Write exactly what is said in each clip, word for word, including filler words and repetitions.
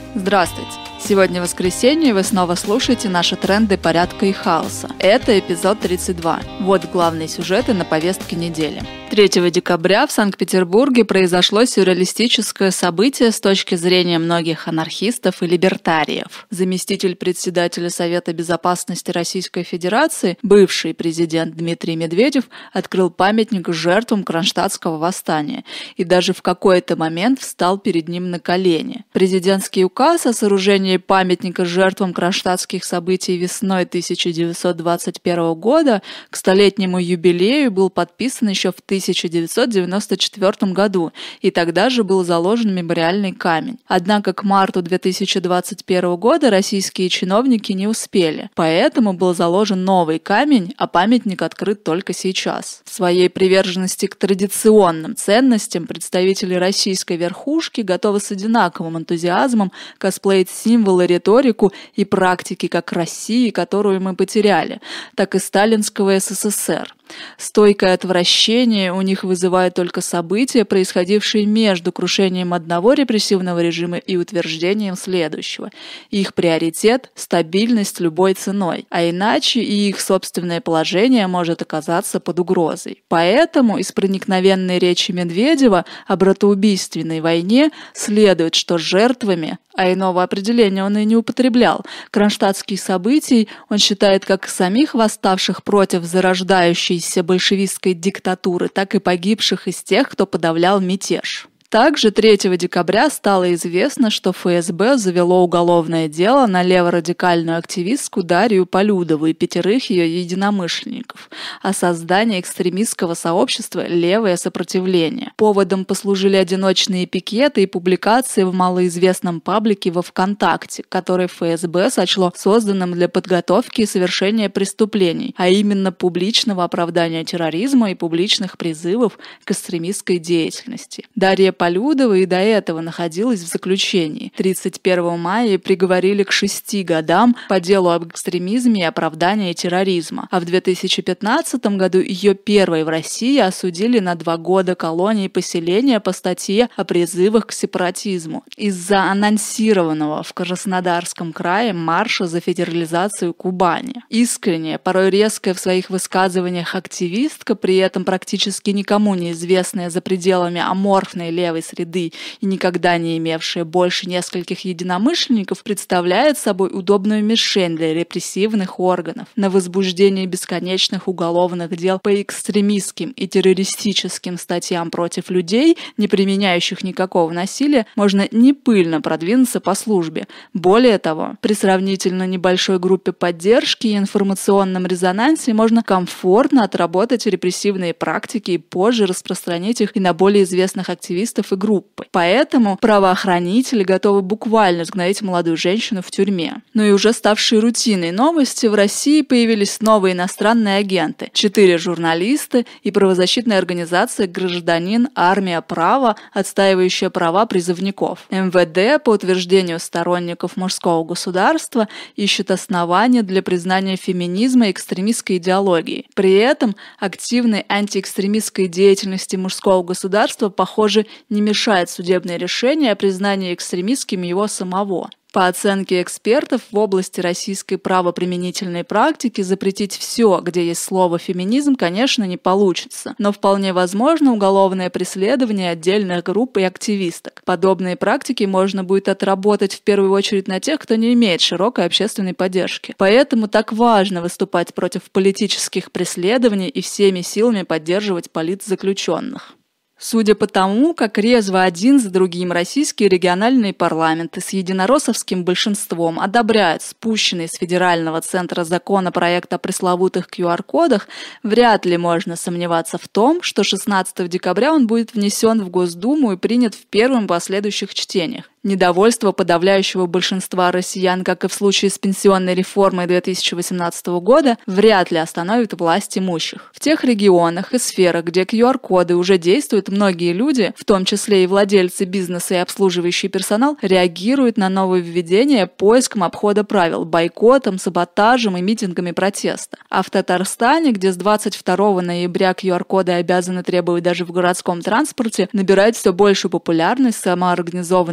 Здравствуйте! Сегодня воскресенье, и вы снова слушаете наши тренды порядка и хаоса. Это эпизод тридцать два. Вот главные сюжеты на повестке недели. третьего декабря в Санкт-Петербурге произошло сюрреалистическое событие с точки зрения многих анархистов и либертариев. Заместитель председателя Совета безопасности Российской Федерации, бывший президент Дмитрий Медведев, открыл памятник жертвам Кронштадтского восстания и даже в какой-то момент встал перед ним на колени. Президентский указ о сооружении памятника жертвам кронштадтских событий весной тысяча девятьсот двадцать первого года к столетнему юбилею был подписан еще в тысяча девятьсот девяносто четвёртом году, и тогда же был заложен мемориальный камень. Однако к марту две тысячи двадцать первого года российские чиновники не успели, поэтому был заложен новый камень, а памятник открыт только сейчас. В своей приверженности к традиционным ценностям представители российской верхушки готовы с одинаковым энтузиазмом косплеить символы, риторику и практики как России, которую мы потеряли, так и сталинского СССР. Стойкое отвращение у них вызывает только события, происходившие между крушением одного репрессивного режима и утверждением следующего. Их приоритет – стабильность любой ценой, а иначе и их собственное положение может оказаться под угрозой. Поэтому из проникновенной речи Медведева о братоубийственной войне следует, что жертвами, а иного определения он и не употреблял, кронштадтских событий он считает как самих восставших против зарождающейся большевистской диктатуры, так и погибших из тех, кто подавлял мятеж. Также третьего декабря стало известно, что эф эс бэ завело уголовное дело на леворадикальную активистку Дарью Полюдову и пятерых ее единомышленников о создании экстремистского сообщества «Левое сопротивление». Поводом послужили одиночные пикеты и публикации в малоизвестном паблике во ВКонтакте, который эф эс бэ сочло созданным для подготовки и совершения преступлений, а именно публичного оправдания терроризма и публичных призывов к экстремистской деятельности. Дарья Полюдова и до этого находилась в заключении. тридцать первого мая приговорили к шести годам по делу об экстремизме и оправдании терроризма, а в две тысячи пятнадцатом году ее первой в России осудили на два года колонии поселения по статье о призывах к сепаратизму из-за анонсированного в Краснодарском крае марша за федерализацию Кубани. Искренняя, порой резкая в своих высказываниях активистка, при этом практически никому неизвестная за пределами аморфной левой среды и никогда не имевшая больше нескольких единомышленников, представляет собой удобную мишень для репрессивных органов. На возбуждение бесконечных уголовных дел по экстремистским и террористическим статьям против людей, не применяющих никакого насилия, можно непыльно продвинуться по службе. Более того, при сравнительно небольшой группе поддержки и информационном резонансе можно комфортно отработать репрессивные практики и позже распространить их и на более известных активистов и группы. Поэтому правоохранители готовы буквально сгноить молодую женщину в тюрьме. Ну и уже ставшие рутинной новости, в России появились новые иностранные агенты. Четыре журналиста и правозащитная организация «Гражданин. Армия. Право», отстаивающая права призывников. эм вэ дэ, по утверждению сторонников мужского государства, ищет основания для признания феминизма и экстремистской идеологии. При этом активной антиэкстремистской деятельности мужского государства, похоже, не мешает судебное решение о признании экстремистским его самого. По оценке экспертов, в области российской правоприменительной практики запретить все, где есть слово «феминизм», конечно, не получится, но вполне возможно уголовное преследование отдельных групп и активисток. Подобные практики можно будет отработать в первую очередь на тех, кто не имеет широкой общественной поддержки. Поэтому так важно выступать против политических преследований и всеми силами поддерживать политзаключенных. Судя по тому, как резво один за другим российские региональные парламенты с единороссовским большинством одобряют спущенный с федерального центра законопроект о пресловутых ку ар кодах, вряд ли можно сомневаться в том, что шестнадцатого декабря он будет внесен в Госдуму и принят в первом и последующих чтениях. Недовольство подавляющего большинства россиян, как и в случае с пенсионной реформой две тысячи восемнадцатого года, вряд ли остановит власть имущих. В тех регионах и сферах, где ку ар коды уже действуют, многие люди, в том числе и владельцы бизнеса и обслуживающий персонал, реагируют на нововведения поиском обхода правил, бойкотом, саботажем и митингами протеста. А в Татарстане, где с двадцать второго ноября ку ар коды обязаны требовать даже в городском транспорте, набирает все большую популярность самоорганизованные группы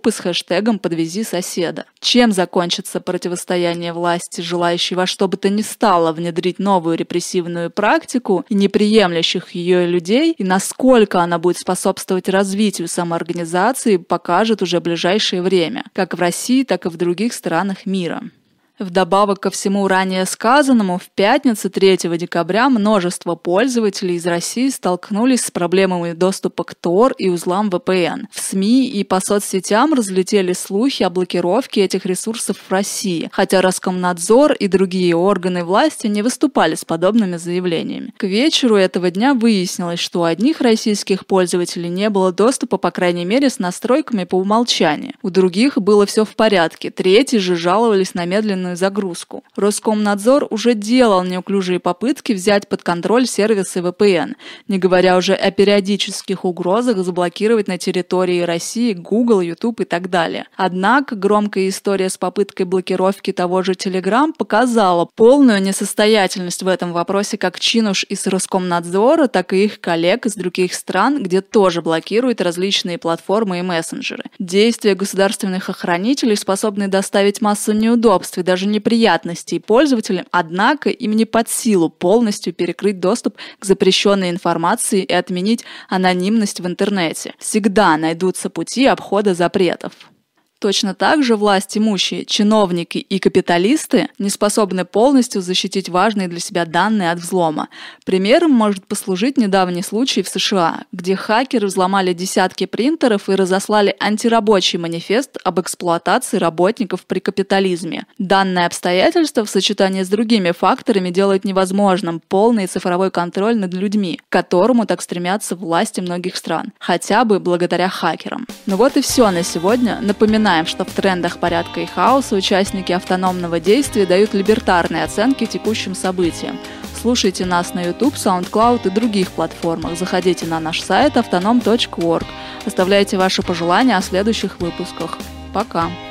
группы с хэштегом «Подвези соседа». Чем закончится противостояние власти, желающей во что бы то ни стало внедрить новую репрессивную практику и неприемлющих ее людей, и насколько она будет способствовать развитию самоорганизации, покажет уже ближайшее время, как в России, так и в других странах мира. Вдобавок ко всему ранее сказанному, в пятницу третьего декабря множество пользователей из России столкнулись с проблемами доступа к Тор и узлам вэ пэ эн. В СМИ и по соцсетям разлетелись слухи о блокировке этих ресурсов в России, хотя Роскомнадзор и другие органы власти не выступали с подобными заявлениями. К вечеру этого дня выяснилось, что у одних российских пользователей не было доступа, по крайней мере, с настройками по умолчанию. У других было все в порядке, третьи же жаловались на медленную загрузку. Роскомнадзор уже делал неуклюжие попытки взять под контроль сервисы вэ пэ эн, не говоря уже о периодических угрозах заблокировать на территории России Google, YouTube и так далее. Однако громкая история с попыткой блокировки того же Telegram показала полную несостоятельность в этом вопросе как чинуш из Роскомнадзора, так и их коллег из других стран, где тоже блокируют различные платформы и мессенджеры. Действия государственных охранителей способны доставить массу неудобств и даже даже неприятностей пользователям, однако им не под силу полностью перекрыть доступ к запрещенной информации и отменить анонимность в интернете. Всегда найдутся пути обхода запретов. Точно так же власть имущие, чиновники и капиталисты не способны полностью защитить важные для себя данные от взлома. Примером может послужить недавний случай в США, где хакеры взломали десятки принтеров и разослали антирабочий манифест об эксплуатации работников при капитализме. Данное обстоятельство в сочетании с другими факторами делает невозможным полный цифровой контроль над людьми, к которому так стремятся власти многих стран, хотя бы благодаря хакерам. Ну вот и все на сегодня. Напоминаю, Напоминаем, что в трендах порядка и хаоса участники автономного действия дают либертарные оценки текущим событиям. Слушайте нас на YouTube, SoundCloud и других платформах. Заходите на наш сайт автоном точка орг. Оставляйте ваши пожелания о следующих выпусках. Пока!